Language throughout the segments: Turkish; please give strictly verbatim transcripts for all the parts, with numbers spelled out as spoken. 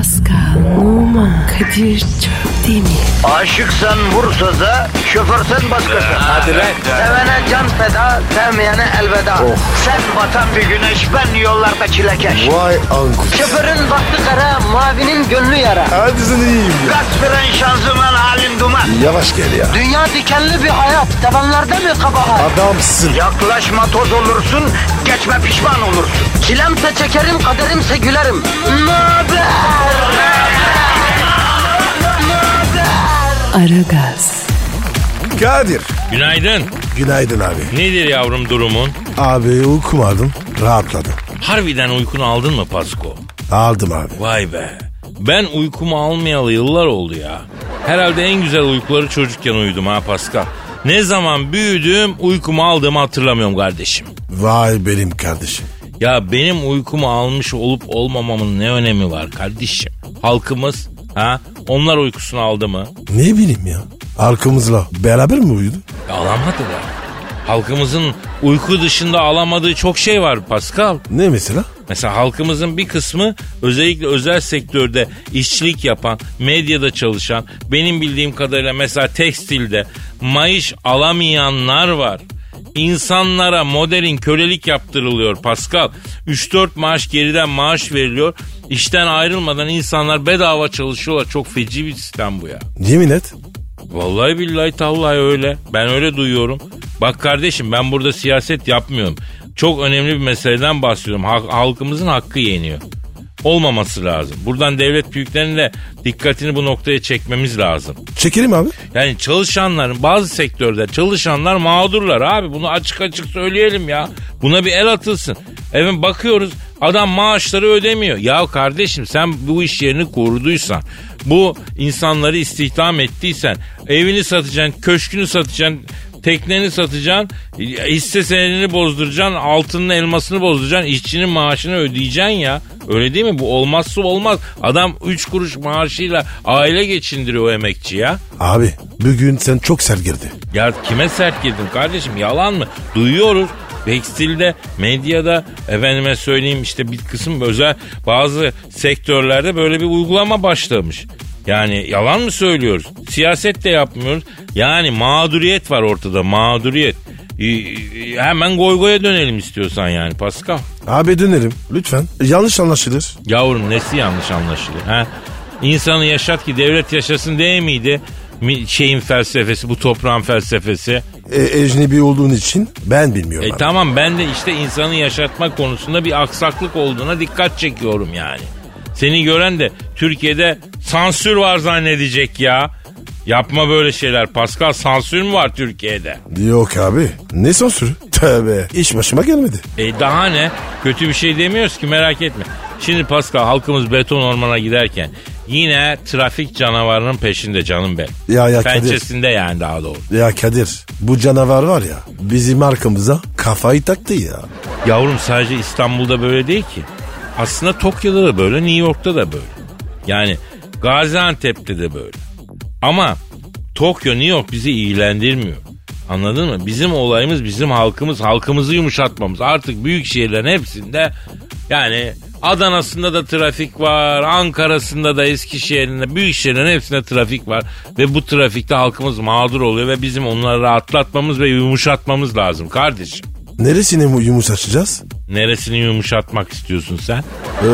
Pascal, Oman, Kadir çok değil mi? Aşıksan vursa da, şoförsen başkasın. Hadi lan. Sevene can feda, sevmeyene elveda. Oh. Sen batan bir güneş, ben yollarda çilekeş. Vay anku. Şoförün baktı kara, mavinin gönlü yara. Hadi sen iyiyim ya. Kasperen şanzıman halin duman. Yavaş gel ya. Dünya dikenli bir hayat, sevenlerde mi kabahar? Adamsın. Yaklaşma toz olursun, geçme pişman olursun. Çilemse çekerim, kaderimse gülerim. Möber! Aragaz, Kadir. Günaydın. Günaydın abi. Nedir yavrum durumun? Abi uykum aldım. Rahatladım. Harbiden uykunu aldın mı Pasko? Aldım abi. Vay be. Ben uykumu almayalı yıllar oldu ya. Herhalde en güzel uykuları çocukken uyudum ha Pascal. Ne zaman büyüdüm uykumu aldığımı hatırlamıyorum kardeşim. Vay benim kardeşim. Ya benim uykumu almış olup olmamamın ne önemi var kardeşim? Halkımız ha onlar uykusunu aldı mı? Ne bileyim ya. Arkamızla beraber mi uyudun? Ya alamadılar. Halkımızın uyku dışında alamadığı çok şey var Pascal. Ne mesela? Mesela halkımızın bir kısmı özellikle özel sektörde işçilik yapan, medyada çalışan, benim bildiğim kadarıyla mesela tekstilde maaş alamayanlar var. İnsanlara modelin kölelik yaptırılıyor Pascal. üç dört maaş geriden maaş veriliyor. İşten ayrılmadan insanlar bedava çalışıyorlar. Çok feci bir sistem bu ya. Yemin et. Vallahi billahi tallahi öyle. Ben öyle duyuyorum. Bak kardeşim ben burada siyaset yapmıyorum. Çok önemli bir meseleden bahsediyorum. Halkımızın hakkı yeniyor. Olmaması lazım. Buradan devlet büyüklerinin de dikkatini bu noktaya çekmemiz lazım. Çekelim abi. Yani çalışanların bazı sektörde çalışanlar mağdurlar abi. Bunu açık açık söyleyelim ya. Buna bir el atılsın. Evet bakıyoruz adam maaşları ödemiyor. Ya kardeşim sen bu iş yerini kurduysan, bu insanları istihdam ettiysen, evini satacaksın, köşkünü satacaksın, tekneni satacaksın, hisse senedini bozduracaksın, altının elmasını bozduracaksın, işçinin maaşını ödeyeceksin ya. Öyle değil mi? Bu olmazsa olmaz. Adam üç kuruş maaşıyla aile geçindiriyor o emekçi ya. Abi bugün sen çok sert girdin. Ya kime sert girdin kardeşim? Yalan mı? Duyuyoruz. Tekstilde, medyada, efendime söyleyeyim işte bir kısım özel bazı sektörlerde böyle bir uygulama başlamış. Yani yalan mı söylüyoruz? Siyaset de yapmıyoruz. Yani mağduriyet var ortada, mağduriyet. Ee, hemen goygoya dönelim istiyorsan yani Pascal. Abi dönelim lütfen. Yanlış anlaşılır. Yavrum nesi yanlış anlaşılır? Ha? İnsanı yaşat ki devlet yaşasın değil miydi? Şeyin felsefesi, bu toprağın felsefesi. E, ecnebi olduğun için ben bilmiyorum. E abi. Tamam ben de işte insanı yaşatma konusunda bir aksaklık olduğuna dikkat çekiyorum yani. Seni gören de Türkiye'de sansür var zannedecek ya. Yapma böyle şeyler Pascal, sansür mü var Türkiye'de? Yok abi ne sansürü? Tövbe iş başıma gelmedi. E daha ne? Kötü bir şey demiyoruz ki merak etme. Şimdi Pascal halkımız beton ormana giderken yine trafik canavarının peşinde canım benim. Ya ya Pençesinde Kadir. yani daha doğru. Ya Kadir bu canavar var ya bizim arkamıza kafayı taktı ya. Yavrum sadece İstanbul'da böyle değil ki. Aslında Tokyo'da da böyle, New York'ta da böyle. Yani Gaziantep'te de böyle. Ama Tokyo, New York bizi ilgilendirmiyor. Anladın mı? Bizim olayımız bizim halkımız, halkımızı yumuşatmamız. Artık büyük şehirlerin hepsinde yani Adana'sında da trafik var, Ankara'sında da Eskişehir'inde, büyük şehirlerin hepsinde trafik var. Ve bu trafikte halkımız mağdur oluyor ve bizim onları rahatlatmamız ve yumuşatmamız lazım kardeşim. Neresini yumuşatacağız? Neresini yumuşatmak istiyorsun sen? Ee,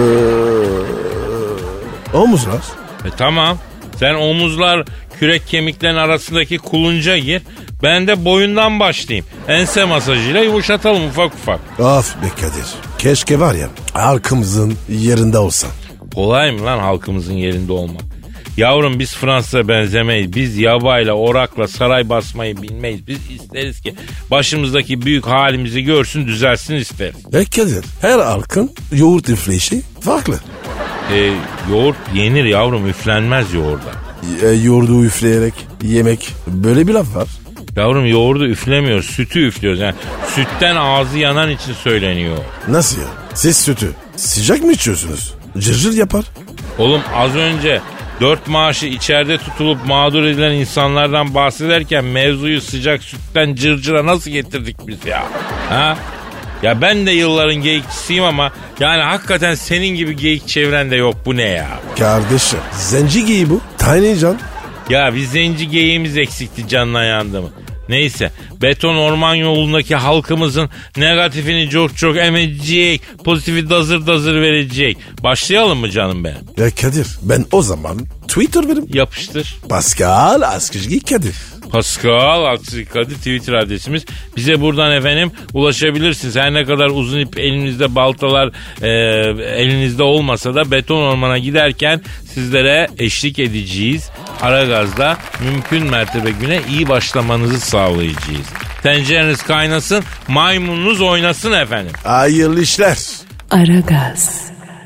omuzlar. E tamam. Sen omuzlar kürek kemiklerin arasındaki kulunca gir. Ben de boyundan başlayayım. Ense masajıyla yumuşatalım ufak ufak. Af be Kadir. Keşke var ya halkımızın yerinde olsan. Kolay mı lan halkımızın yerinde olmak? Yavrum biz Fransa'ya benzemeyiz. Biz yabayla, orakla saray basmayı bilmeyiz. Biz isteriz ki başımızdaki büyük halimizi görsün, düzelsin isteriz. E Kadir her halkın yoğurt üfleyişi farklı. E, yoğurt yenir yavrum, üflenmez yoğurda. E, yoğurdu üfleyerek yemek böyle bir laf var. Yavrum yoğurdu üflemiyoruz, sütü üflüyoruz. Yani sütten ağzı yanan için söyleniyor. Nasıl ya? Siz sütü sıcak mı içiyorsunuz? Cırcır yapar. Oğlum az önce dört maaşı içeride tutulup mağdur edilen insanlardan bahsederken mevzuyu sıcak sütten cırcıra nasıl getirdik biz ya? Ha? Ya ben de yılların geyikçisiyim ama yani hakikaten senin gibi geyik çevrende yok, bu ne ya? Kardeşim zenci geyiği bu. Tiny Can. Ya bir zenci geyiğimiz eksikti, canına yandı mı? Neyse, beton orman yolundaki halkımızın negatifini çok çok emecek, pozitifi dazır dazır verecek. Başlayalım mı canım benim? Ya Kadir ben o zaman Twitter verim. Yapıştır. Pascal Askışgi Kadir. Pascal Askışgi Kadir Twitter adresimiz. Bize buradan efendim ulaşabilirsiniz. Her ne kadar uzun ip elinizde, baltalar e, elinizde olmasa da beton ormana giderken sizlere eşlik edeceğiz. Aragaz'da mümkün mertebe güne iyi başlamanızı sağlayacağız. Tencereniz kaynasın, maymununuz oynasın efendim. Hayırlı işler. Aragaz.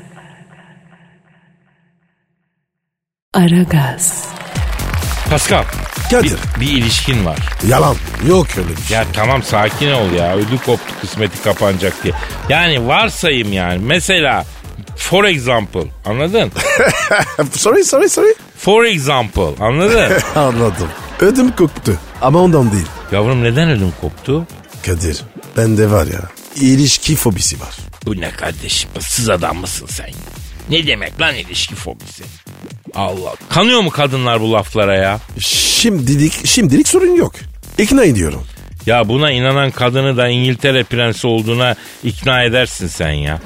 Aragaz. Pascal. Kadir. Bir, bir ilişkin var. Yalan. Yok öyle bir şey. Ya tamam, sakin ol ya. Ödü koptu kısmeti kapanacak diye. Yani varsayım yani. Mesela for example, anladın? sorry sorry sorry. For example, anladın? Anladım. Ödüm koptu ama ondan değil. Yavrum neden ödüm koptu? Kadir bende var ya ilişki fobisi var. Bu ne kardeşim? Issız adam mısın sen? Ne demek lan ilişki fobisi? Allah. Kanıyor mu kadınlar bu laflara ya? Şimdilik, şimdilik sorun yok. İkna ediyorum. Ya buna inanan kadını da İngiltere prensi olduğuna ikna edersin sen ya.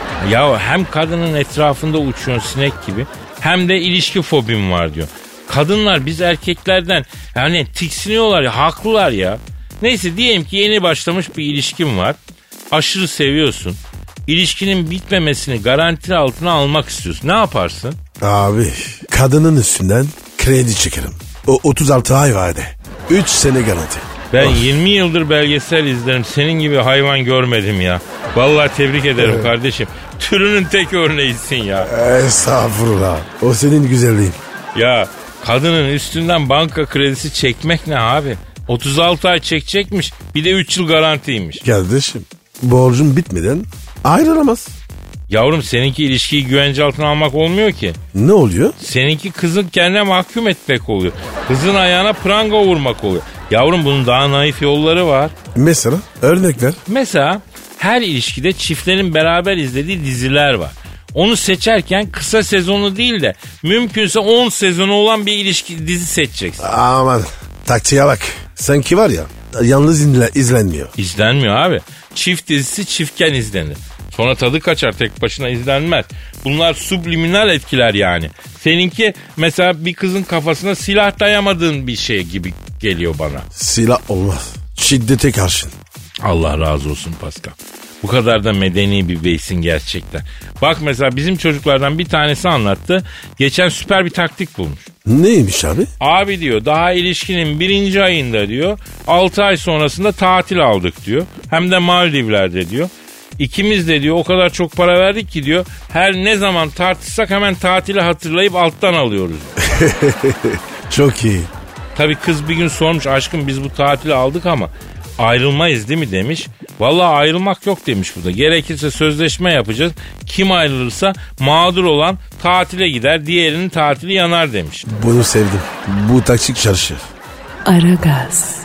Ya hem kadının etrafında uçuyorsun sinek gibi, hem de ilişki fobim var diyor. Kadınlar biz erkeklerden yani tiksiniyorlar ya, haklılar ya. Neyse, diyelim ki yeni başlamış bir ilişkin var. Aşırı seviyorsun. İlişkinin bitmemesini garanti altına almak istiyorsun. Ne yaparsın? Abi kadının üstünden kredi çekerim. O otuz altı ay vade. üç sene garanti. Ben of. yirmi yıldır belgesel izlerim. Senin gibi hayvan görmedim ya. Vallahi tebrik ederim kardeşim. Türünün tek örneğisin ya. Estağfurullah. O senin güzelliğin. Ya kadının üstünden banka kredisi çekmek ne abi? otuz altı ay çekecekmiş. Bir de üç yıl garantiymiş. Kardeşim borcun bitmeden ayrılamaz. Yavrum seninki ilişkiyi güvence altına almak olmuyor ki. Ne oluyor? Seninki kızın kendine mahkum etmek oluyor. Kızın ayağına pranga vurmak oluyor. Yavrum bunun daha naif yolları var. Mesela örnek ver. Mesela her ilişkide çiftlerin beraber izlediği diziler var. Onu seçerken kısa sezonu değil de mümkünse on sezonu olan bir ilişki dizi seçeceksin. Aman taktiğe bak. Sanki var ya yalnız izle, izlenmiyor. İzlenmiyor abi. Çift dizisi çiftken izlenir. Sonra tadı kaçar, tek başına izlenmez. Bunlar subliminal etkiler yani. Seninki mesela bir kızın kafasına silah dayamadığın bir şey gibi geliyor bana. Silah olmaz. Şiddete karşın. Allah razı olsun Pascal. Bu kadar da medeni bir beysin gerçekten. Bak mesela bizim çocuklardan bir tanesi anlattı. Geçen süper bir taktik bulmuş. Neymiş abi? Abi diyor daha ilişkinin birinci ayında diyor altı ay sonrasında tatil aldık diyor. Hem de Maldivler'de diyor. İkimiz de diyor o kadar çok para verdik ki diyor her ne zaman tartışsak hemen tatili hatırlayıp alttan alıyoruz. Çok iyi. Tabii kız bir gün sormuş, aşkım biz bu tatili aldık ama ayrılmayız değil mi demiş. Vallahi ayrılmak yok demiş burada. Gerekirse sözleşme yapacağız. Kim ayrılırsa mağdur olan tatile gider, diğerinin tatili yanar demiş. Bunu sevdim. Bu taktik çalışır. Aragaz.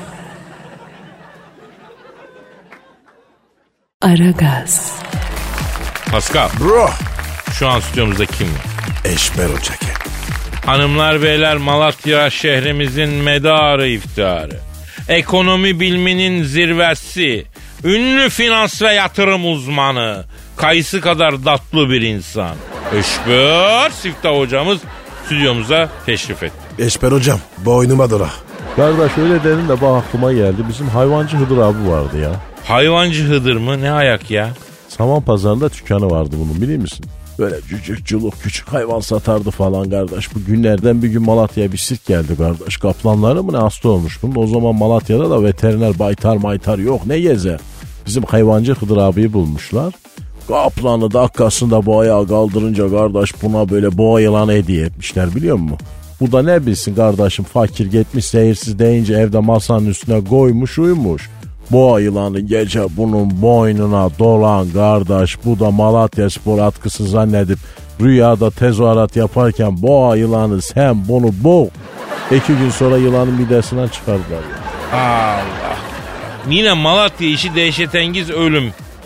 Aragaz. Pascal. Bro. Şu an stüdyomuzda kim var? Eşber Ocak'e. Hanımlar beyler, Malatya şehrimizin medarı iftiharı. Ekonomi biliminin zirvesi. Ünlü finans ve yatırım uzmanı. Kayısı kadar tatlı bir insan. Eşber Siftah hocamız stüdyomuza teşrif etti. Eşber hocam boynuma dola. Kardeş öyle dedin de bak aklıma geldi. Bizim hayvancı Hıdır abi vardı ya. Hayvancı Hıdır mı? Ne ayak ya? Saman pazarında dükkanı vardı bunun, biliyor musun? Böyle cücük culuk küçük hayvan satardı falan kardeş. Bu günlerden bir gün Malatya'ya bir sirk geldi kardeş. Kaplanları mı ne hasta olmuş bunun. O zaman Malatya'da da veteriner baytar maytar yok, ne gezer. Bizim hayvancı Hıdır abiyi bulmuşlar. Kaplanı dakikasında boğaya kaldırınca kardeş buna böyle boğa yılanı hediye etmişler, biliyor musun? Bu da ne bilsin kardeşim, fakir gitmiş seyirsiz deyince evde masanın üstüne koymuş uyumuş. Boğa yılanı gece bunun boynuna dolan kardeş. Bu da Malatya Spor atkısı zannedip rüyada tezahürat yaparken boğa yılanı sen bunu boğ. İki gün sonra yılanın midesinden çıkardılar. Allah. Yine Malatya işi dehşetengiz ölüm.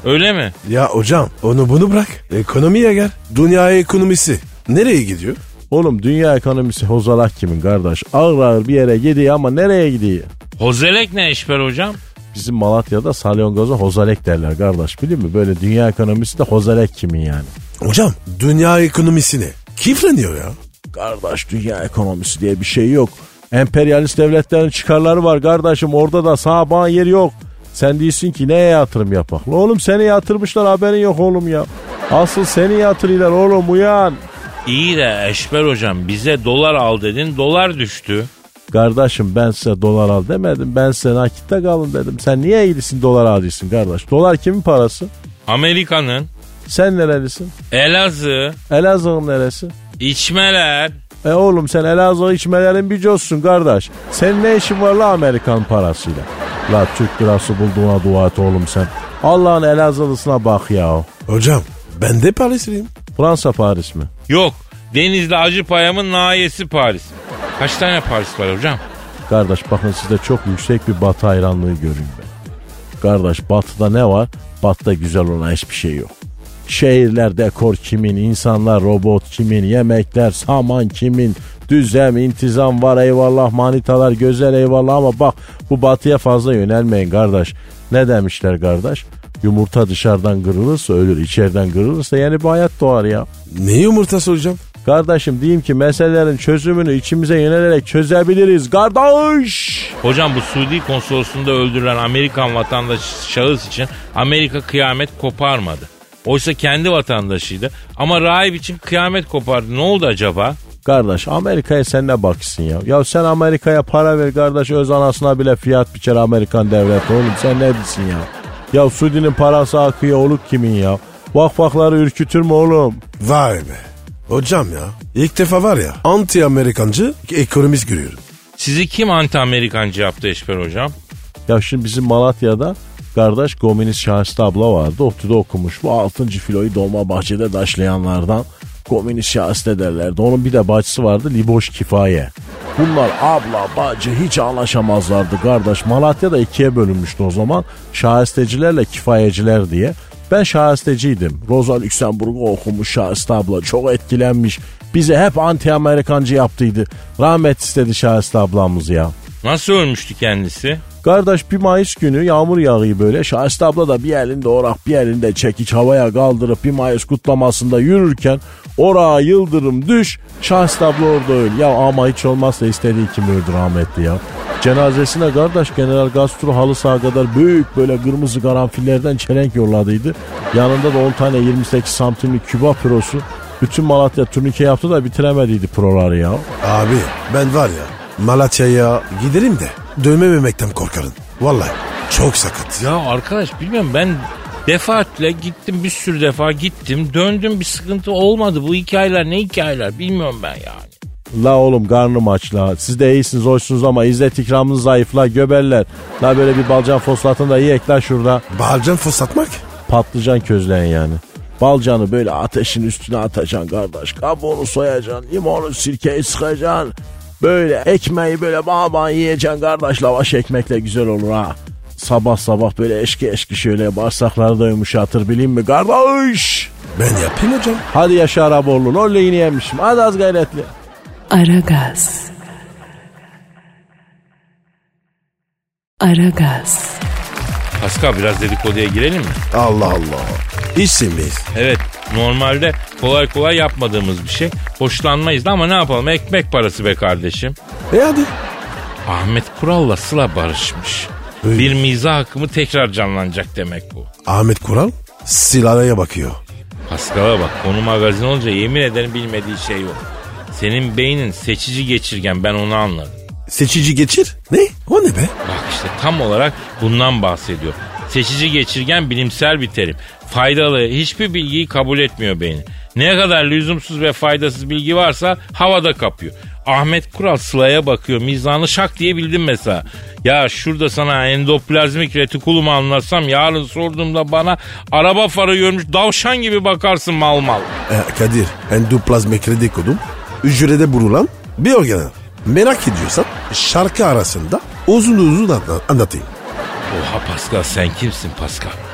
Öyle mi? Ya hocam onu bunu bırak. Ekonomiye gel. Dünya ekonomisi nereye gidiyor? Oğlum dünya ekonomisi hozalak kimin kardeş? Ağır ağır bir yere gidiyor ama nereye gidiyor? Hozelek ne Eşber hocam? Bizim Malatya'da salyangoza hozalek derler kardeş, biliyor musun? Böyle dünya ekonomisi de hozalek kimin yani? Hocam dünya ekonomisini kifleniyor ya. Kardeş dünya ekonomisi diye bir şey yok. Emperyalist devletlerin çıkarları var kardeşim, orada da sağ bağın yeri yok. Sen değilsin ki neye yatırım yapak? Oğlum seni yatırmışlar, haberin yok oğlum ya. Asıl seni yatırıyorlar oğlum, uyan. İyi de Eşber hocam bize dolar al dedin, dolar düştü. Kardeşim ben size dolar al demedim, ben size nakitte kalın dedim. Sen niye eğilisin dolar alıyorsun kardeş? Dolar kimin parası? Amerika'nın. Sen nerelisin? Elazığ. Elazığ'ın neresi? İçmeler. E oğlum sen Elazığ içmelerin bir cozsun kardeş. Senin ne işin var la Amerikan parasıyla? La Türk lirası bulduğuna dua et oğlum sen. Allah'ın Elazığlısına bak ya. Hocam ben de Parisliyim. Fransa Paris mi? Yok. Denizli Acıpayam'ın nahiyesi Paris. Kaç tane Paris var hocam? Kardeş bakın sizde çok yüksek bir batı hayranlığı görüyorum ben. Kardeş batıda ne var? Batıda güzel olan hiçbir şey yok. Şehirler dekor kimin, insanlar robot kimin, yemekler saman kimin, düzen, intizam var eyvallah, manitalar güzel eyvallah ama bak bu batıya fazla yönelmeyin kardeş. Ne demişler kardeş? Yumurta dışarıdan kırılırsa ölür, içeriden kırılırsa yeni bir hayat doğar ya. Ne yumurtası hocam? Kardeşim diyeyim ki meselelerin çözümünü içimize yönelerek çözebiliriz kardeş. Hocam bu Suudi konsolosluğunda öldürülen Amerikan vatandaşı şahıs için Amerika kıyamet koparmadı. Oysa kendi vatandaşıydı ama rahip için kıyamet kopardı. Ne oldu acaba? Kardeş Amerika'ya sen ne bakıyorsun ya? Ya sen Amerika'ya para ver kardeş, öz anasına bile fiyat biçer Amerikan devleti oğlum, sen ne diyorsun ya? Ya Suudi'nin parası akıyor oluk kimin ya? Vakfakları ürkütür mü oğlum? Vay be. Hocam ya ilk defa var ya anti Amerikancı ekonomist görüyorum. Sizi kim anti Amerikancı yaptı Eşber hocam? Ya şimdi bizim Malatya'da kardeş komünist Şahiste abla vardı. ODTÜ'de okumuş. Bu altıncı filoyu Dolmabahçe'de daşlayanlardan komünist Şahiste derlerdi. Onun bir de bacısı vardı Liboş Kifaye. Bunlar abla bacı hiç anlaşamazlardı kardeş. Malatya'da ikiye bölünmüştü o zaman. Şahistecilerle kifayeciler diye. Ben şahisteciydim. Rosa Luxemburg'u okumuş Şahiste abla. Çok etkilenmiş. Bizi hep anti-Amerikancı yaptıydı. Rahmet istedi Şahiste ablamız ya. Nasıl ölmüştü kendisi? Kardeş bir Mayıs günü yağmur yağıyor böyle. Şahiste abla da bir elinde orak bir elinde çekiç havaya kaldırıp bir Mayıs kutlamasında yürürken orağa yıldırım düş. Şahiste abla orada öl. Ya ama hiç olmazsa istediği kim öldü rahmetli ya. Cenazesine kardeş General Gastro halı saha kadar büyük böyle kırmızı karanfillerden çelenk yolladıydı. Yanında da on tane yirmi sekiz santimlik Küba prosu. Bütün Malatya turnike yaptı da bitiremediydi proları ya. Abi ben var ya Malatya'ya giderim de dönmememekten korkarım. Vallahi çok sakat. Ya arkadaş bilmiyorum ben defaatle gittim, bir sürü defa gittim döndüm, bir sıkıntı olmadı. Bu hikayeler ne hikayeler bilmiyorum ben yani. La oğlum karnım aç la. Siz de iyisiniz hoşsunuz ama izzet ikramınız zayıf la göbeller. La böyle bir balcan fosfatını da yiyek la şurada. Balcan fosfatmak? Patlıcan közleyin yani. Balcanı böyle ateşin üstüne atacaksın kardeş. Kabuğunu soyacaksın, limonu sirkeyi sıkacaksın. Böyle ekmeği böyle bağ bağ yiyeceksin kardeş. Lavaş ekmekle güzel olur ha. Sabah sabah böyle eşki eşki şöyle bağırsakları da yumuşatır bileyim mi kardeş? Ben yapayım hocam. Hadi yaşa Araboğlu. Lolle yine yemişim. Hadi az gayretli. Aragaz. Aragaz. Pascal biraz dedikoduya girelim mi? Allah Allah. Hiç sevmeyiz. Evet normalde kolay kolay yapmadığımız bir şey. Hoşlanmayız da ama ne yapalım, ekmek parası be kardeşim. E hadi. Ahmet Kural'la Sıla barışmış. Öyle. Bir mizah akımı tekrar canlanacak demek bu. Ahmet Kural silahaya bakıyor. Pascal'a bak, konu magazin olunca yemin ederim bilmediği şey yok. Senin beynin seçici geçirgen, ben onu anladım. Seçici geçir? Ne? O ne be? Bak işte tam olarak bundan bahsediyor. Seçici geçirgen bilimsel bir terim. Faydalı hiçbir bilgiyi kabul etmiyor beyni. Ne kadar lüzumsuz ve faydasız bilgi varsa havada kapıyor. Ahmet Kural Sıla'ya bakıyor, mizanı şak diye bildim mesela. Ya şurada sana endoplazmik retikulumu anlatsam yarın sorduğumda bana araba farı görmüş davşan gibi bakarsın mal mal. E, Kadir, endoplazmik retikulum hücrede bulunan bir organ. Merak ediyorsan şarkı arasında uzun uzun anlatayım. Oha Pascal, sen kimsin Pascal?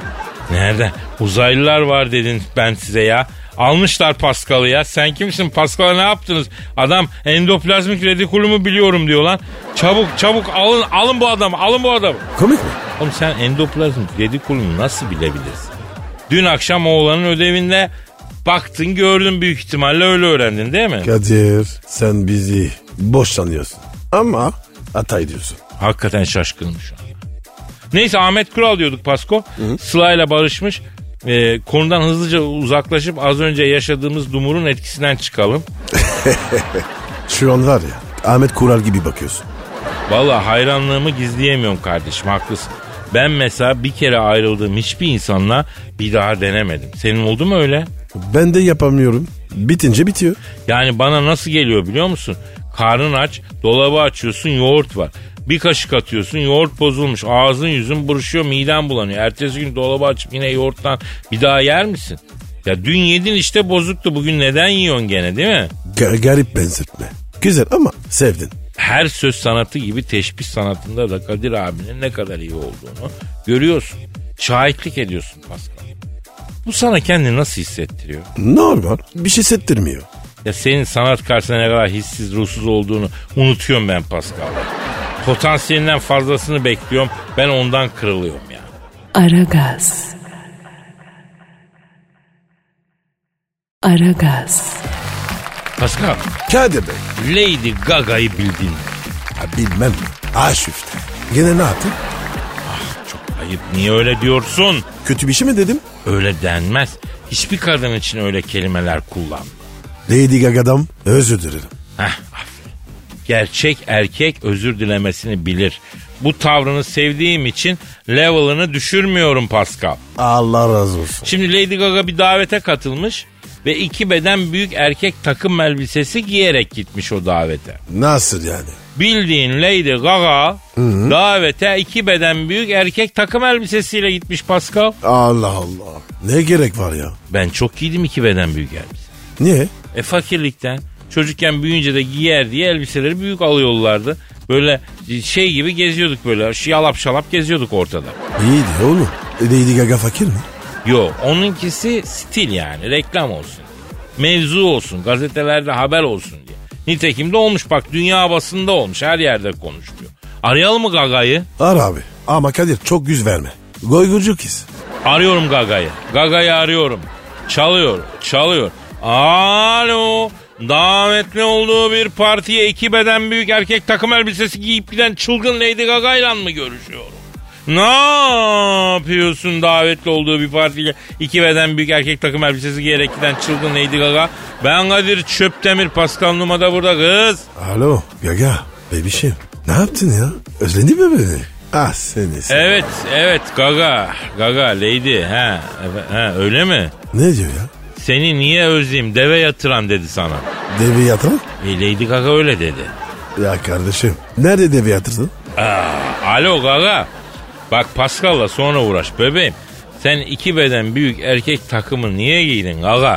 Nerede? Uzaylılar var dedin ben size ya. Almışlar Pascal'ı ya. Sen kimsin? Pascal'a ne yaptınız? Adam endoplazmik retikulumu biliyorum diyor lan. Çabuk çabuk alın alın bu adamı. Alın bu adamı. Komik mi? Oğlum sen endoplazmik retikulumu nasıl bilebilirsin? Dün akşam oğlanın ödevinde baktın gördün büyük ihtimalle öyle öğrendin değil mi? Kadir sen bizi boş sanıyorsun. Ama hata ediyorsun. Hakikaten şaşkınım şu an. Neyse Ahmet Kural diyorduk Pasko. Sıla'yla barışmış. Ee, konudan hızlıca uzaklaşıp az önce yaşadığımız dumurun etkisinden çıkalım. Şu an var ya Ahmet Kural gibi bakıyorsun. Vallahi hayranlığımı gizleyemiyorum kardeşim, haklısın. Ben mesela bir kere ayrıldığım hiçbir insanla bir daha denemedim. Senin oldu mu öyle? Ben de yapamıyorum. Bitince bitiyor. Yani bana nasıl geliyor biliyor musun? Karnın aç, dolabı açıyorsun, yoğurt var. Bir kaşık atıyorsun, yoğurt bozulmuş. Ağzın yüzün buruşuyor, miden bulanıyor. Ertesi gün dolabı açıp yine yoğurttan bir daha yer misin? Ya dün yedin işte bozuktu, bugün neden yiyorsun gene değil mi? Gar- garip benzetme. Güzel ama sevdin. Her söz sanatı gibi teşbih sanatında da Kadir abinin ne kadar iyi olduğunu görüyorsun. Şahitlik ediyorsun Pascal. Bu sana kendini nasıl hissettiriyor? Normal. Bir şey hissettirmiyor. Ya senin sanat karşısında ne kadar hissiz, ruhsuz olduğunu unutuyorum ben Pascal. Potansiyelinden fazlasını bekliyorum. Ben ondan kırılıyorum ya. Aragaz. Aragaz. Pascal, Kadir Bey. Lady Gaga'yı bildin. Ha, bilmem mi? Aşüfte. Gene ne yaptın? Ayıp, niye öyle diyorsun? Kötü bir şey mi dedim? Öyle denmez. Hiçbir kadın için öyle kelimeler kullan. Lady Gaga'dan özür dilerim. Heh, aferin. Gerçek erkek özür dilemesini bilir. Bu tavrını sevdiğim için level'ını düşürmüyorum Pascal. Allah razı olsun. Şimdi Lady Gaga bir davete katılmış ve iki beden büyük erkek takım elbisesi giyerek gitmiş o davete. Nasıl yani? Bildiğin Lady Gaga Hı-hı. davete iki beden büyük erkek takım elbisesiyle gitmiş Pascal. Allah Allah. Ne gerek var ya? Ben çok giydim iki beden büyük elbise. Niye? E fakirlikten. Çocukken büyüyünce de giyer diye elbiseleri büyük alıyorlardı. Böyle şey gibi geziyorduk böyle. Yalap şalap geziyorduk ortada. İyiydi oğlum. Lady Gaga fakir mi? Yok, onunkisi stil yani, reklam olsun. Mevzu olsun, gazetelerde haber olsun diye. Nitekim de olmuş bak, dünya basında olmuş, her yerde konuşuluyor. Arayalım mı Gaga'yı? Ar abi. Ama Kadir çok yüz verme. Goygucu kız. Arıyorum Gaga'yı. Gaga'yı arıyorum. Çalıyor, çalıyor. Alo. Davetli olduğu bir partiye iki beden büyük erkek takım elbisesi giyip giden çılgın Lady Gaga'yla mı görüşüyorum? Ne yapıyorsun davetli olduğu bir partiye iki beden büyük erkek takım elbisesi giyerek giden çılgın Lady Gaga? Ben Kadir Çöptemir, Pascal Numa da burada kız. Alo Gaga bebişim, ne yaptın ya? Özledin mi beni? Ah seni sen. Evet evet Gaga Gaga Lady ha, ha öyle mi? Ne diyor ya? Seni niye özleyeyim, deve yatıran dedi sana. Deve yatıran? E, Lady Gaga öyle dedi. Ya kardeşim nerede deve yatırsın? Aa, alo Gaga. Bak Pascal'la sonra uğraş bebeğim. Sen iki beden büyük erkek takımı niye giydin Gaga?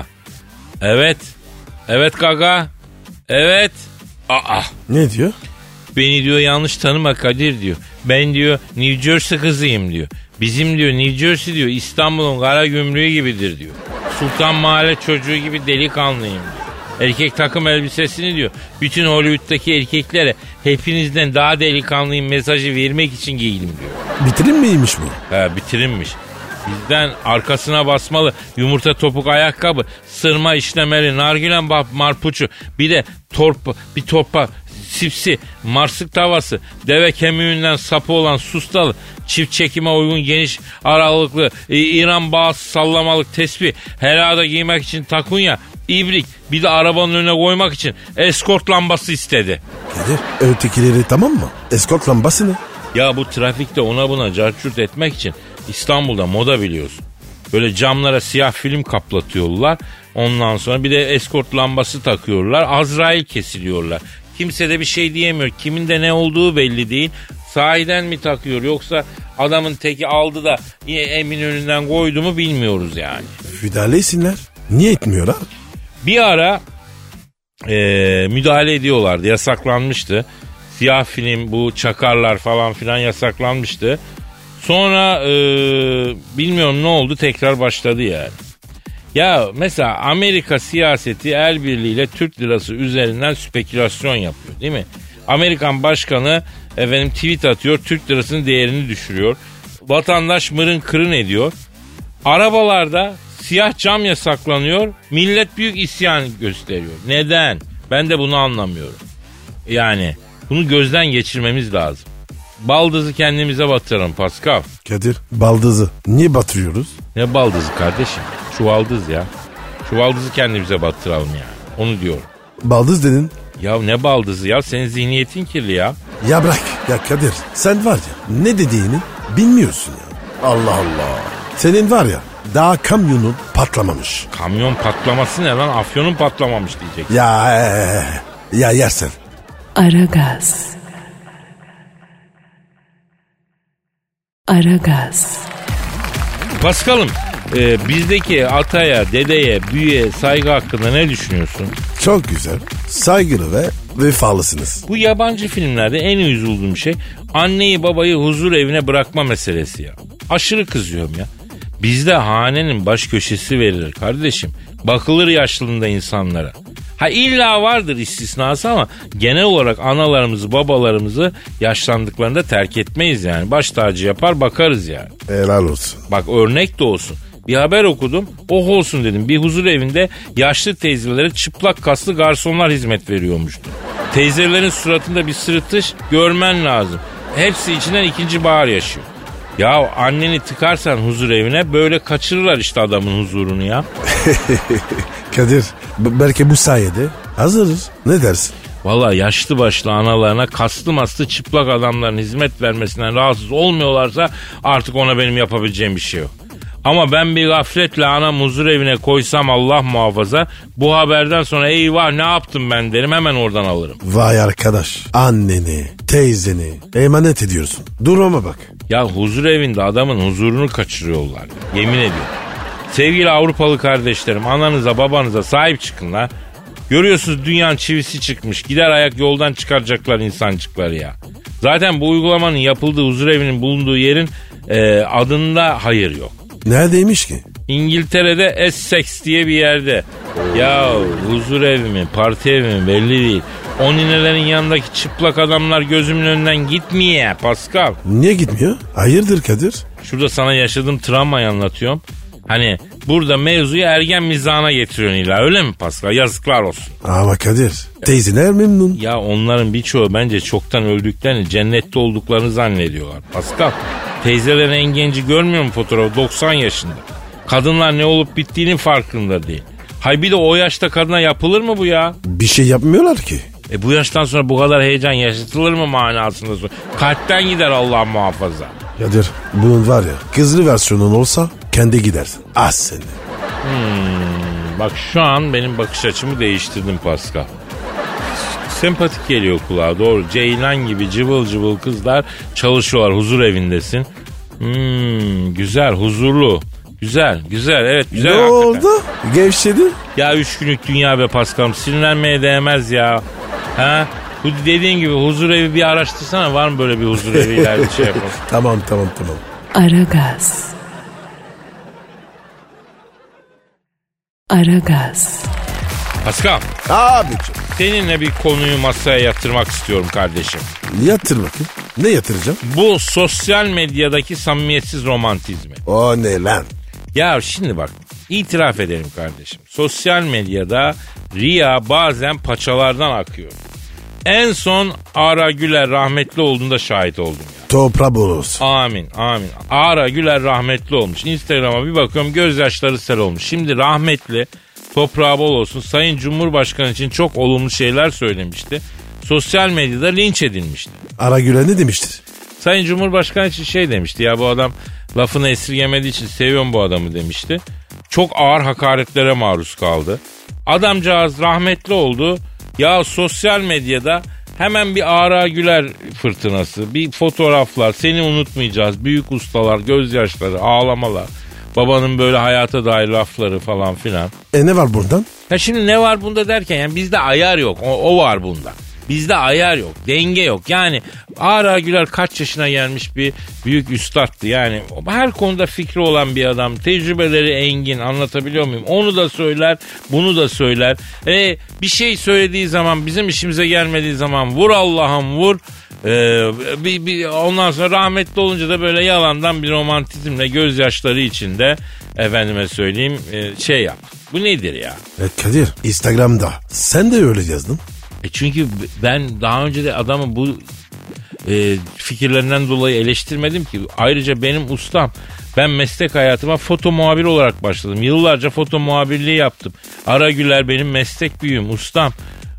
Evet. Evet Gaga. Evet. Aa. Ne diyor? Beni diyor yanlış tanıma Kadir diyor. Ben diyor New Jersey kızıyım diyor. Bizim diyor New Jersey diyor İstanbul'un kara gümrüğü gibidir diyor. Sultan Mahalle çocuğu gibi delikanlıyım diyor. Erkek takım elbisesini diyor bütün Hollywood'daki erkeklere hepinizden daha delikanlıyım mesajı vermek için giydim diyor. Bitirim miymiş bu? He, bitirinmiş. Bizden arkasına basmalı yumurta topuk ayakkabı, sırma işlemeli, nargilen marpuçu, bir de torpa, bir torpa sipsi, marsık tavası, deve kemiğinden sapı olan sustalı, çift çekime uygun geniş aralıklı e, İran bağısı sallamalık tesbih, helada giymek için takunya, ibrik, bir de arabanın önüne koymak için eskort lambası istedi. Kadir ötekileri tamam mı? Eskort lambası ne? Ya bu trafikte ona buna carçurt etmek için İstanbul'da moda biliyorsun. Böyle camlara siyah film kaplatıyorlar. Ondan sonra bir de eskort lambası takıyorlar. Azrail kesiliyorlar. Kimse de bir şey diyemiyor. Kimin de ne olduğu belli değil. Sahiden mi takıyor yoksa adamın teki aldı da Eminönü'nden koydu mu bilmiyoruz yani. Müdahale etsinler. Niye etmiyorlar? Bir ara e, müdahale ediyorlardı. Yasaklanmıştı. Siyah film bu çakarlar falan filan yasaklanmıştı. Sonra e, bilmiyorum ne oldu, tekrar başladı yani. Ya mesela Amerika siyaseti el birliğiyle Türk lirası üzerinden spekülasyon yapıyor değil mi? Amerikan başkanı efendim tweet atıyor, Türk lirasının değerini düşürüyor. Vatandaş mırın kırın ediyor. Arabalarda siyah cam yasaklanıyor. Millet büyük isyan gösteriyor. Neden? Ben de bunu anlamıyorum. Yani bunu gözden geçirmemiz lazım. Baldızı kendimize batıralım Pascal. Kadir, baldızı niye batırıyoruz? Ne baldızı kardeşim? Çuvaldız ya. Çuvaldızı kendimize batıralım yani. Onu diyorum. Baldız dedin. Ya ne baldızı ya? Senin zihniyetin kirli ya. Ya bırak. Ya Kadir, sen var ya ne dediğini bilmiyorsun ya. Allah Allah. Senin var ya daha kamyonun patlamamış. Kamyon patlaması ne lan? Afyonun patlamamış diyecek. Ya ee, ya yersen. Aragaz. Aragaz. Paskal'ım e, bizdeki ataya, dedeye, büyüye saygı hakkında ne düşünüyorsun? Çok güzel, saygılı ve vefalısınız. Bu yabancı filmlerde en üzüldüğüm şey anneyi babayı huzur evine bırakma meselesi ya. Aşırı kızıyorum ya. Bizde hanenin baş köşesi verilir kardeşim. Bakılır yaşlılığında insanlara. Ha illa vardır istisnası ama genel olarak analarımızı babalarımızı yaşlandıklarında terk etmeyiz yani. Baş tacı yapar bakarız yani. Helal olsun. Bak örnek de olsun. Bir haber okudum. Oh olsun dedim. Bir huzur evinde yaşlı teyzelere çıplak kaslı garsonlar hizmet veriyormuştu. Teyzelerin suratında bir sırıtış görmen lazım. Hepsi içinden ikinci bahar yaşıyor. Ya anneni tıkarsan huzur evine böyle kaçırırlar işte adamın huzurunu ya. Kadir, b- belki bu sayede hazırız. Ne dersin? Valla yaşlı başlı analarına kaslı maslı çıplak adamların hizmet vermesinden rahatsız olmuyorlarsa artık ona benim yapabileceğim bir şey yok. Ama ben bir gafletle anam huzur evine koysam Allah muhafaza bu haberden sonra eyvah ne yaptım ben derim, hemen oradan alırım. Vay arkadaş, anneni, teyzeni emanet ediyorsun. Duruma bak. Ya huzur evinde adamın huzurunu kaçırıyorlar. Yemin ediyorum. Sevgili Avrupalı kardeşlerim, ananıza babanıza sahip çıkın la. Görüyorsunuz dünyanın çivisi çıkmış. Gider ayak yoldan çıkaracaklar insancıkları ya. Zaten bu uygulamanın yapıldığı huzur evinin bulunduğu yerin e, adında hayır yok. Neredeymiş ki? İngiltere'de Essex diye bir yerde. Ya huzur evi mi, parti evi mi belli değil. O ninelerin yanındaki çıplak adamlar gözümün önünden gitmiyor Pascal. Niye gitmiyor? Hayırdır Kadir? Şurada sana yaşadığım travmayı anlatıyorum. Hani burada mevzuyu ergen mizahına getiriyorsun illa, öyle mi Pascal? Yazıklar olsun. Ama Kadir, teyzeler memnun. Ya onların birçoğu bence çoktan öldüklerini, cennette olduklarını zannediyorlar Pascal. Teyzelerin en genci görmüyor mu fotoğrafı? doksan yaşında. Kadınlar ne olup bittiğinin farkında değil. Hay bir de o yaşta kadına yapılır mı bu ya? Bir şey yapmıyorlar ki. E bu yaştan sonra bu kadar heyecan yaşatılır mı manasında sor. Kalpten gider Allah muhafaza. Kadir, bunun var ya kızlı versiyonun olsa kendi gidersin. Az seni. Hmm, bak şu an benim bakış açımı değiştirdim Pascal. Sempatik geliyor kulağa, doğru. Ceylan gibi cıvıl cıvıl kızlar çalışıyorlar, huzur evindesin. Hmm, güzel, huzurlu. Güzel, güzel, evet güzel. Ne hakikaten. oldu? Gevşedin. Ya üç günlük dünya be Paskal'ım, sinirlenmeye değmez ya. Ha? Bu dediğin gibi huzur evi bir araştırsana, var mı böyle bir huzur evi ileride şey yapalım. Tamam tamam tamam. Aragaz. Aragaz. Paskal, Abicim. seninle bir konuyu masaya yatırmak istiyorum kardeşim. Yatır bakayım. Ne yatıracağım? Bu sosyal medyadaki samimiyetsiz romantizmi. O ne lan? Ya şimdi bak, itiraf edelim kardeşim. Sosyal medyada riya bazen paçalardan akıyor. En son Ara Güler rahmetli olduğunda şahit oldum ya. Toprağı bol olsun. Amin amin. Ara Güler rahmetli olmuş. Instagram'a bir bakıyorum, gözyaşları sel olmuş. Şimdi rahmetli, toprağı bol olsun, Sayın Cumhurbaşkanı için çok olumlu şeyler söylemişti. Sosyal medyada linç edilmişti. Ara Güler ne demiştir? Sayın Cumhurbaşkanı için şey demişti ya, bu adam lafını esirgemediği için seviyorum bu adamı demişti. Çok ağır hakaretlere maruz kaldı. Adamcağız rahmetli oldu. Ya sosyal medyada hemen bir Ara Güler fırtınası, bir fotoğraflar, seni unutmayacağız, büyük ustalar, gözyaşları, ağlamalar, babanın böyle hayata dair lafları falan filan. E ne var buradan? Ya şimdi ne var bunda derken yani bizde ayar yok, o, o var bunda. Bizde ayar yok, denge yok. Yani Ara Güler kaç yaşına gelmiş bir büyük üstattı. Yani her konuda fikri olan bir adam. Tecrübeleri engin, anlatabiliyor muyum? Onu da söyler, bunu da söyler. E, bir şey söylediği zaman, bizim işimize gelmediği zaman vur Allah'ım vur. Ee, bir, bir, ondan sonra rahmetli olunca da böyle yalandan bir romantizmle gözyaşları içinde efendime söyleyeyim e, şey yap. Bu nedir ya? Evet Kadir, Instagram'da sen de öyle yazdın. E çünkü ben daha önce de adamı bu e, fikirlerinden dolayı eleştirmedim ki. Ayrıca benim ustam. Ben meslek hayatıma foto muhabir olarak başladım. Yıllarca foto muhabirliği yaptım. Ara Güler benim meslek büyüğüm, ustam.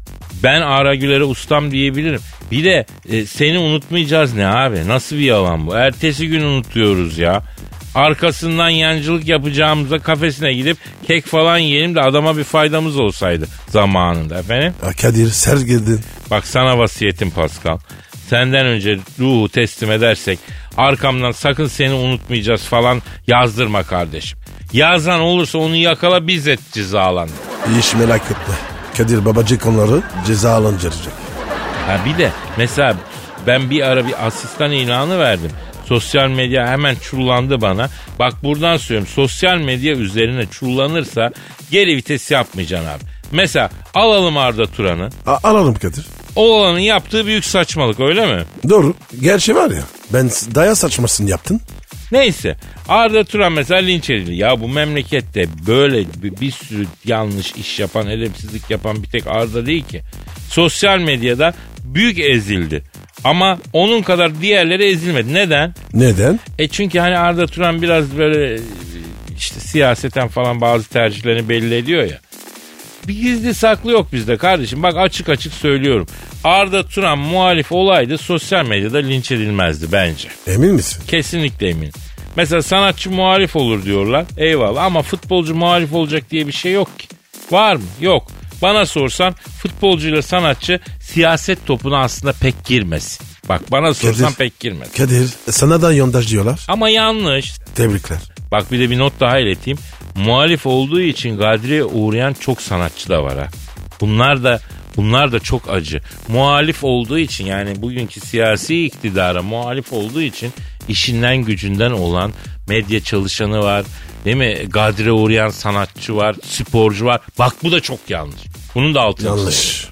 Ben Ara Güler'e ustam diyebilirim. Bir de e, seni unutmayacağız ne abi? Nasıl bir yalan bu? Ertesi gün unutuyoruz ya. Arkasından yancılık yapacağımıza kafesine gidip kek falan yiyelim de adama bir faydamız olsaydı zamanında efendim. Ya Kadir sergiledin. Bak sana vasiyetim Pascal. Senden önce ruhu teslim edersek arkamdan sakın seni unutmayacağız falan yazdırma kardeşim. Yazan olursa onu yakala, bizzat cezalandır. Hiç merak etme. Kadir babacık onları cezalandıracak. Ha bir de mesela ben bir ara bir asistan ilanı verdim. Sosyal medya hemen çullandı bana. Bak buradan söylüyorum, sosyal medya üzerine çullanırsa geri vites yapmayacaksın abi. Mesela alalım Arda Turan'ı. A- alalım Kadir. Oğlanın yaptığı büyük saçmalık, öyle mi? Doğru. Gerçi var ya, ben daya saçmasını yaptın. Neyse, Arda Turan mesela linç edildi. Ya bu memlekette böyle bir, bir sürü yanlış iş yapan, edepsizlik yapan bir tek Arda değil ki. Sosyal medyada büyük ezildi. Ama onun kadar diğerleri ezilmedi. Neden? Neden? E çünkü hani Arda Turan biraz böyle işte siyaseten falan bazı tercihlerini belli ediyor ya. Bir gizli saklı yok bizde kardeşim. Bak açık açık söylüyorum. Arda Turan muhalif olaydı, sosyal medyada linç edilmezdi bence. Emin misin? Kesinlikle eminim. Mesela sanatçı muhalif olur diyorlar. Eyvallah, ama futbolcu muhalif olacak diye bir şey yok ki. Var mı? Yok. Bana sorsan futbolcuyla sanatçı siyaset topuna aslında pek girmez. Bak bana sorsan Kadir, pek girmez. Kadir sana da yondaj diyorlar. Ama yanlış. Tebrikler. Bak bir de bir not daha ileteyim. Muhalif olduğu için gadriye uğrayan çok sanatçı da var ha. Bunlar da bunlar da çok acı. Muhalif olduğu için, yani bugünkü siyasi iktidara muhalif olduğu için işinden gücünden olan medya çalışanı var. Değil mi? Gadre uğrayan sanatçı var, sporcu var. Bak bu da çok yanlış. Bunun da altını Yanlış.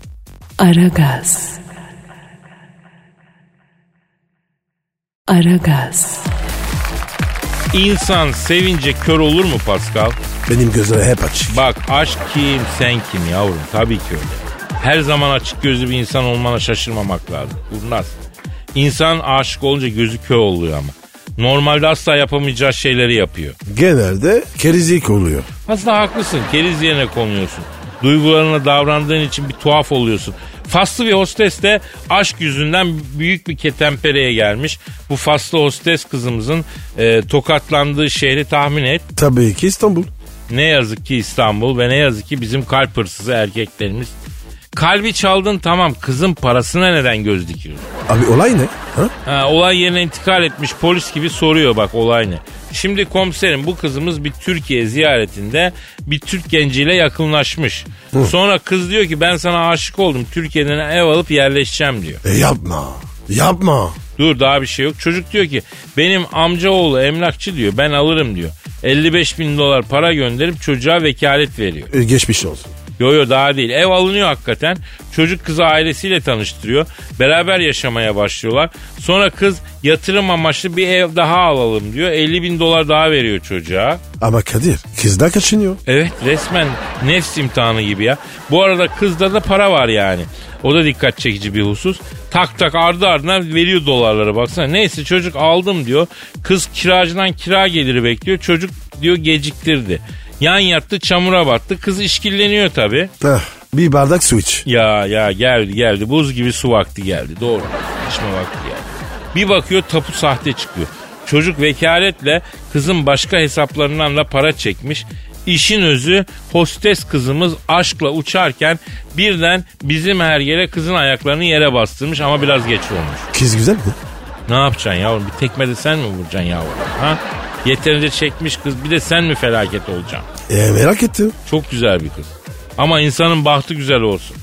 Aragaz. Aragaz. İnsan sevince kör olur mu Pascal? Benim gözleri hep açık. Bak aşk kim, sen kim yavrum? Tabii ki öyle. Her zaman açık gözlü bir insan olmana şaşırmamak lazım. Kurnaz. İnsan aşık olunca gözü kör oluyor ama. Normalde asla yapamayacağı şeyleri yapıyor. Genelde kerizik oluyor. Aslında haklısın. Keriz yerine konuyorsun. Duygularına davrandığın için bir tuhaf oluyorsun. Faslı bir hostes de aşk yüzünden büyük bir ketempereye gelmiş. Bu faslı hostes kızımızın e, tokatlandığı şehri tahmin et. Tabii ki İstanbul. Ne yazık ki İstanbul ve ne yazık ki bizim kalp hırsızı erkeklerimiz. Kalbi çaldın, tamam, kızın parasına neden göz dikiyorsun? Abi olay ne? Ha? Ha, olay yerine intikal etmiş polis gibi soruyor, bak olay ne? Şimdi komiserim, bu kızımız bir Türkiye ziyaretinde bir Türk genciyle yakınlaşmış. Hı. Sonra kız diyor ki ben sana aşık oldum, Türkiye'den ev alıp yerleşeceğim diyor. E yapma. Yapma. Dur, daha bir şey yok. Çocuk diyor ki benim amcaoğlu emlakçı diyor, ben alırım diyor. elli beş bin dolar para gönderip çocuğa vekalet veriyor. E, geçmiş olsun. Yo yo daha değil. Ev alınıyor hakikaten. Çocuk kızı ailesiyle tanıştırıyor. Beraber yaşamaya başlıyorlar. Sonra kız yatırım amaçlı bir ev daha alalım diyor. elli bin dolar daha veriyor çocuğa. Ama Kadir, kız da kaçınıyor. Evet, resmen nefs imtihanı gibi ya. Bu arada kızda da para var yani. O da dikkat çekici bir husus. Tak tak ardı ardına veriyor dolarları, baksana. Neyse çocuk aldım diyor. Kız kiracıdan kira geliri bekliyor. Çocuk diyor geciktirdi. Yan yattı, çamura battı. Kız işkilleniyor tabii. Heh, bir bardak su iç. Ya ya geldi geldi. Buz gibi su vakti geldi. Doğru. İçme vakti geldi. Bir bakıyor tapu sahte çıkıyor. Çocuk vekaletle kızın başka hesaplarından da para çekmiş. İşin özü, hostes kızımız aşkla uçarken birden bizim hergele kızın ayaklarını yere bastırmış ama biraz geç olmuş. Kız güzel mi? Ne yapacaksın yavrum? Bir tekme de sen mi vuracaksın yavrum? Ha? Yeterince çekmiş kız, bir de sen mi felaket olacaksın? E, merak ettim. Çok güzel bir kız. Ama insanın bahtı güzel olsun.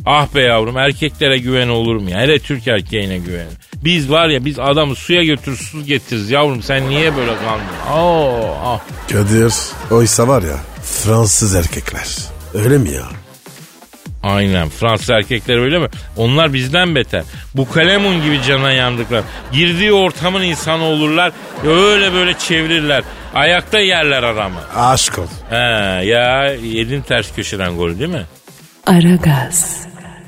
Ah be yavrum, erkeklere güven olur mu ya? Hele Türk erkeğine güven. Biz var ya, biz adamı suya götür su getiririz yavrum, sen niye böyle kandın? Oo, ah. Kadir, oysa var ya Fransız erkekler. Öyle mi ya? Aynen, Fransız erkekler öyle mi? Onlar bizden beter. Bu kalemun gibi cana yandıklar. Girdiği ortamın insanı olurlar. Öyle böyle çevirirler. Ayakta yerler adamı. Aşk ol. He ya, yedin ters köşeden gol değil mi? Aragaz.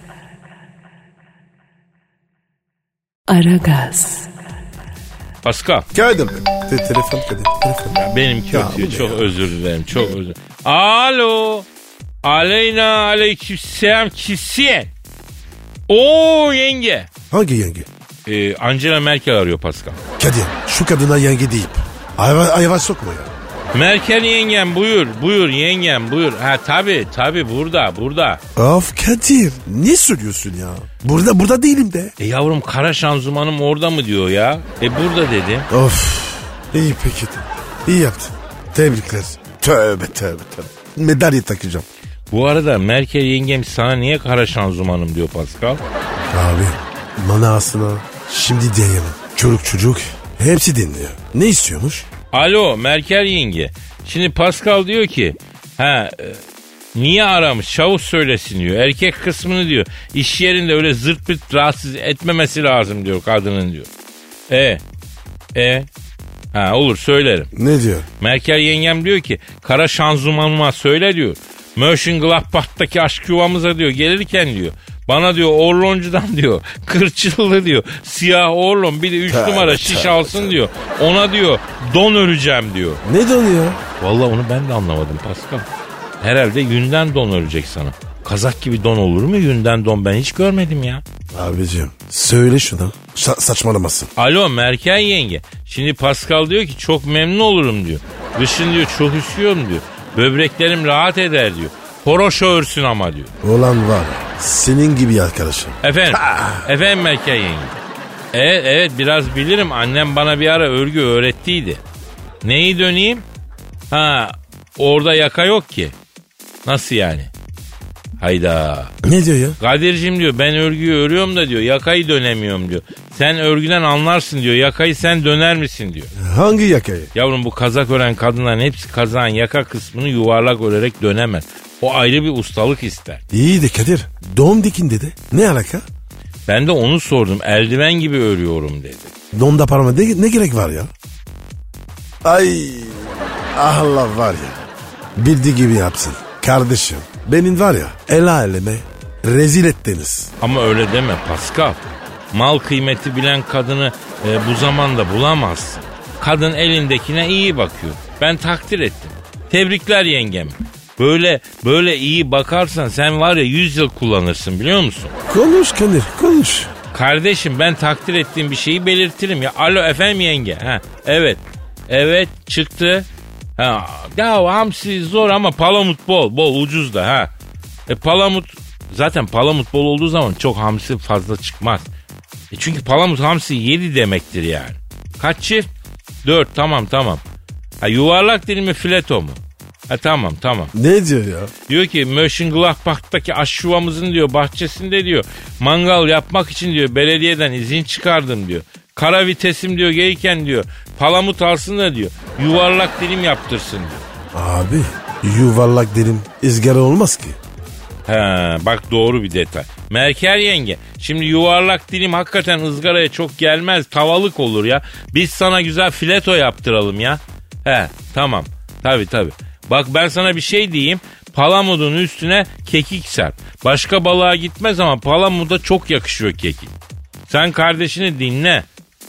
Aragaz. Pascal. Kadir. Te telefon Kadir. Telefon. Benimki Ya, ötüyor. bu ne Çok ya? özür dilerim. Çok özür dilerim. Alo. Aleyna aleykümselam kisiyen. Oo yenge. Hangi yenge? Ee, Angela Merkel arıyor Pascal. Kadir, şu kadına yenge deyip ayva, ayva sokma ya. Merkel yengem buyur. Buyur yengem buyur. Ha tabi tabi burada burada. Of Kadir, ne söylüyorsun ya? Burada burada değilim de. E yavrum, kara şanzımanım orada mı diyor ya? E burada dedim. Of, iyi peki. İyi yaptın. Tebrikler. Tövbe tövbe tövbe. Medalya takacağım. Bu arada Merkel yengem sana niye kara şanzımanım diyor Pascal? Abi, manasına şimdi diyemem. Çocuk çocuk hepsi dinliyor. Ne istiyormuş? Alo Merkel yenge. Şimdi Pascal diyor ki ha e, niye aramış, çavuş söylesin diyor. Erkek kısmını diyor iş yerinde öyle zırt pırt rahatsız etmemesi lazım diyor kadının diyor. E e ha olur söylerim. Ne diyor? Merkel yengem diyor ki kara şanzımanıma söyle diyor. Mönchengladbach'taki aşk yuvamıza diyor gelirken diyor. Bana diyor Orloncu'dan diyor kırçıllı diyor siyah Orlon bir de üç Tabii, numara şiş tabii, alsın tabii. diyor. Ona diyor don öreceğim diyor. Ne donuyor? Vallahi onu ben de anlamadım Pascal. Herhalde yünden don örecek sana. Kazak gibi don olur mu yünden don, ben hiç görmedim ya. Abicim söyle şunu. Sa- saçmalamasın. Alo Merkel yenge. Şimdi Pascal diyor ki çok memnun olurum diyor. Kışın diyor çok üşüyorum diyor. Böbreklerim rahat eder diyor. Horoşo örsün ama diyor. Olan var. Senin gibi arkadaşım. Efendim, efendim Merkel yenge. Evet, evet biraz bilirim. Annem bana bir ara örgü öğrettiydi. Neyi döneyim? Ha, orada yaka yok ki. Nasıl yani? Hayda. Ne diyor ya? Kadir'cim diyor ben örgüyü örüyorum da diyor yakayı dönemiyorum diyor. Sen örgüden anlarsın diyor, yakayı sen döner misin diyor. Hangi yakayı? Yavrum bu kazak ören kadınların hepsi kazağın yaka kısmını yuvarlak örerek dönemez. O ayrı bir ustalık ister. İyi de Kadir. Doğum dikinde de. Ne alaka? Ben de onu sordum, eldiven gibi örüyorum dedi. Donda parma ne, ne gerek var ya? Ay Allah var ya. Bildiği gibi yapsın. Kardeşim benim var ya el aleme rezil ettiniz. Ama öyle deme Pascal. Mal kıymeti bilen kadını e, bu zamanda bulamazsın. Kadın elindekine iyi bakıyor. Ben takdir ettim. Tebrikler yengem. Böyle böyle iyi bakarsan sen var ya yüz yıl kullanırsın biliyor musun? Konuş Kadir konuş. Kardeşim ben takdir ettiğim bir şeyi belirtirim ya. Alo efendim yenge. Ha, evet. Evet çıktı. Ha, ya hamsi zor ama palamut bol. Bol ucuz da ha. E palamut zaten palamut bol olduğu zaman çok hamsi fazla çıkmaz. E çünkü palamut hamsi yedi demektir yani. Kaç çift? Dört tamam tamam. Ha yuvarlak değil mi fileto mu? Ha tamam tamam. Ne diyor ya? Diyor ki Mönchengladbach'taki aş yuvamızın diyor bahçesinde diyor mangal yapmak için diyor belediyeden izin çıkardım diyor. Kara vitesim diyor gelirken diyor palamut alsın da diyor yuvarlak dilim yaptırsın diyor. Abi yuvarlak dilim ızgara olmaz ki. He bak doğru bir detay. Merkel yenge şimdi yuvarlak dilim hakikaten ızgaraya çok gelmez, tavalık olur ya. Biz sana güzel fileto yaptıralım ya. He tamam tabi tabi. Bak ben sana bir şey diyeyim. Palamudun üstüne kekik serp. Başka balığa gitmez ama palamuda çok yakışıyor kekik. Sen kardeşini dinle.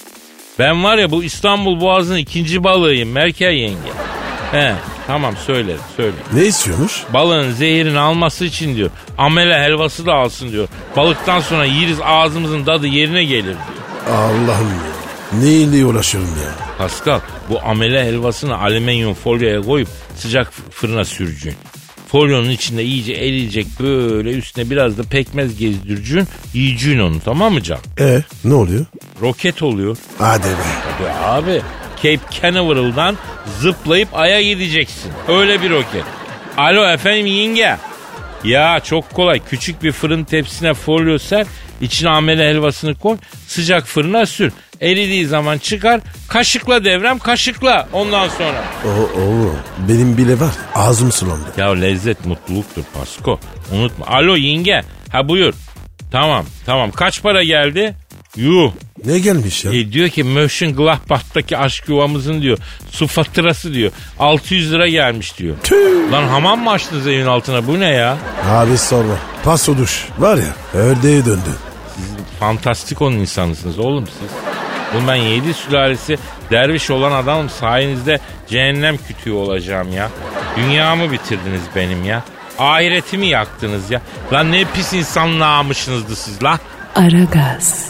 Ben var ya bu İstanbul Boğazı'nın ikinci balığıyım Merkel yenge. He tamam söylerim söylerim. Ne istiyormuş? Balığın zehirini alması için diyor. Amele helvası da alsın diyor. Balıktan sonra yeriz ağzımızın tadı yerine gelir diyor. Allah'ım ya. Neyle uğraşıyorum ya? Pascal bu amele helvasını alüminyum folyoya koyup sıcak fırına süreceksin. Folyonun içinde iyice eriyecek böyle üstüne biraz da pekmez gezdireceksin. Yiyeceksin onu tamam mı canım? E ne oluyor? Roket oluyor. Hadi be. Tabii abi Cape Canaveral'dan zıplayıp Ay'a gideceksin. Öyle bir roket. Alo efendim yenge. Ya çok kolay. Küçük bir fırın tepsisine folyo ser. İçine amele helvasını koy. Sıcak fırına sür. Eridiği zaman çıkar. Kaşıkla devrem kaşıkla. Ondan sonra. Oo, oo, benim bile var. Ağzım sulandı. Ya lezzet mutluluktur Pasko. Unutma. Alo yenge. Ha buyur. Tamam tamam. Kaç para geldi? Yuh. Ne gelmiş ya? E diyor ki Mönchengladbach'taki aşk yuvamızın diyor su faturası diyor altı yüz lira gelmiş diyor. Tüh. Lan hamam mı açtınız evin altına, bu ne ya? Abi sorma. Paso duş. Var ya ördeğe döndü. Fantastik onun insanısınız oğlum siz. Oğlum ben yedi sülalesi derviş olan adamım, sayenizde cehennem kütüğü olacağım ya. Dünyamı bitirdiniz benim ya. Ahiretimi yaktınız ya. Lan ne pis insanlığımışsınızdı siz la. Aragaz.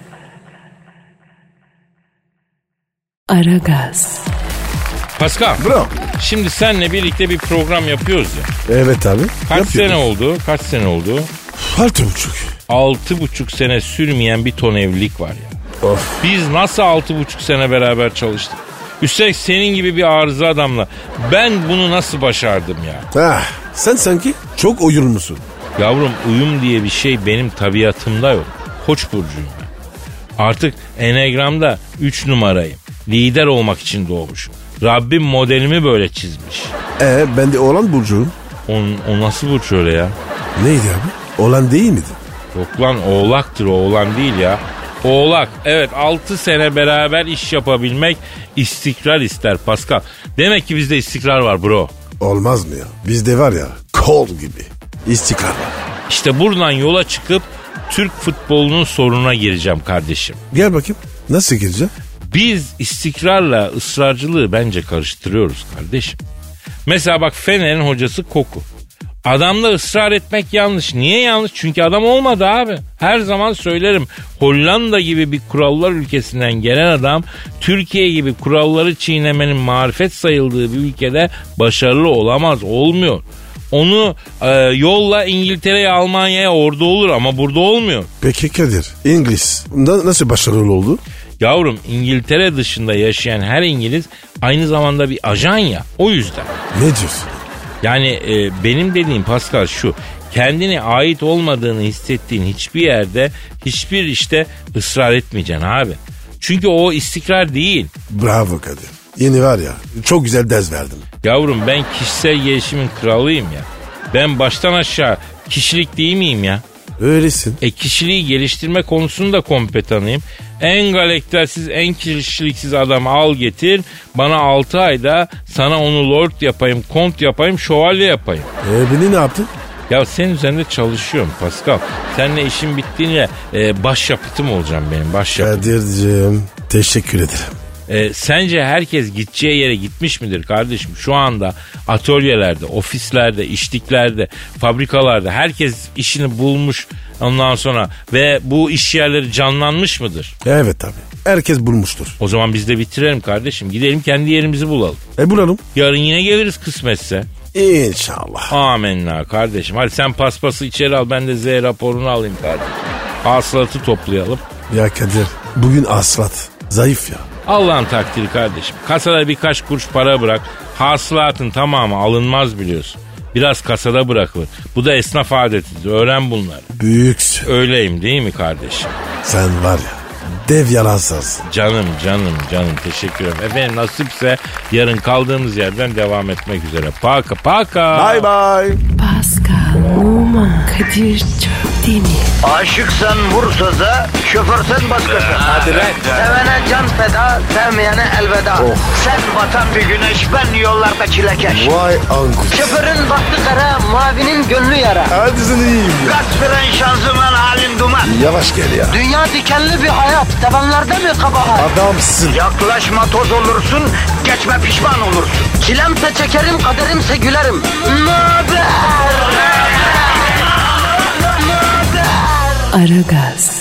Aragaz. Pascal. Bro. Şimdi seninle birlikte bir program yapıyoruz ya. Evet abi. Kaç yapıyoruz. sene oldu? Kaç sene oldu? Altı buçuk. Altı buçuk sene sürmeyen bir ton evlilik var ya. Of. Biz nasıl altı buçuk sene beraber çalıştık? Üstelik senin gibi bir arıza adamla. Ben bunu nasıl başardım ya? Ah, sen sanki çok uyurmuşsun. Yavrum uyum diye bir şey benim tabiatımda yok. Koç burcuyum ben. Artık enegramda üç numarayım. Lider olmak için doğmuşum. Rabbim modelimi böyle çizmiş. Ee ben de oğlan burcuyum. O, o nasıl burç öyle ya? Neydi abi? Oğlan değil miydi? Yok lan oğlaktır, oğlan değil ya. Oğlak. Evet, altı sene beraber iş yapabilmek istikrar ister Pascal. Demek ki bizde istikrar var bro. Olmaz mı ya? Bizde var ya kol gibi. İstikrar var. İşte buradan yola çıkıp Türk futbolunun sorununa gireceğim kardeşim. Gel bakayım. Nasıl gireceğim? Biz istikrarla ısrarcılığı bence karıştırıyoruz kardeşim. Mesela bak Fener'in hocası Koku. Adamla ısrar etmek yanlış. Niye yanlış? Çünkü adam olmadı abi. Her zaman söylerim. Hollanda gibi bir kurallar ülkesinden gelen adam Türkiye gibi kuralları çiğnemenin marifet sayıldığı bir ülkede başarılı olamaz. Olmuyor. Onu e, yolla İngiltere'ye, Almanya'ya, orada olur ama burada olmuyor. Peki Kadir, İngiliz bunda nasıl başarılı oldu? Yavrum İngiltere dışında yaşayan her İngiliz aynı zamanda bir ajan ya, o yüzden. Ne diyorsun? Yani e, benim dediğim Pascal şu: kendine ait olmadığını hissettiğin hiçbir yerde, hiçbir işte ısrar etmeyeceksin abi. Çünkü o istikrar değil. Bravo Kadir. Yeni var ya, çok güzel ders verdim. Yavrum ben kişisel gelişimin kralıyım ya. Ben baştan aşağı kişilik değil miyim ya? Öylesin. E kişiliği geliştirme konusunda kompetanıyım. En galaktersiz, en kişiliksiz adamı al getir. Bana altı ayda sana onu lord yapayım, kont yapayım, şövalye yapayım. E beni ne yaptın? Ya senin üzerinde çalışıyorum Pascal. Seninle işin bittiğinde e, başyapıtım olacağım benim, başyapıtım. Kadir'cim teşekkür ederim. E, sence herkes gideceği yere gitmiş midir kardeşim? Şu anda atölyelerde, ofislerde, işliklerde, fabrikalarda herkes işini bulmuş ondan sonra ve bu iş yerleri canlanmış mıdır? Evet abi. Herkes bulmuştur. O zaman biz de bitirelim kardeşim. Gidelim kendi yerimizi bulalım. E bulalım. Yarın yine geliriz kısmetse. İnşallah. Amenna kardeşim. Hadi sen paspası içeri al, ben de Z raporunu alayım kardeşim. Hasılatı toplayalım. Ya Kadir bugün aslat. Zayıf ya. Allah'ın takdiri kardeşim. Kasada birkaç kuruş para bırak. Hasılatın tamamı alınmaz biliyorsun. Biraz kasada bırakılır. Bu da esnaf adetidir. Öğren bunları. Büyüksün. Öyleyim değil mi kardeşim? Sen var ya dev yalansızsın. Canım canım canım teşekkür ederim. Efendim nasipse yarın kaldığımız yerden devam etmek üzere. Paka paka. Bye bye. Pascal, Oman, Kadir çok değil mi? Aşıksan vursa da, şoförsen başkasın. Hadi lan. Sevene can feda, sevmeyene elveda. Sen batan bir güneş, ben yollarda çilekeş. Vay anku. Şoförün baktı kara, mavinin gönlü yara. Hadi sen iyiyim ya. Kasperen şanzıman halin duman. Yavaş gel ya. Dünya dikenli bir hayat, sevenlerde mi kabahar? Adamsın. Yaklaşma toz olursun, geçme pişman olursun. Çilemse çekerim, kaderimse gülerim. Möber! Aragaz.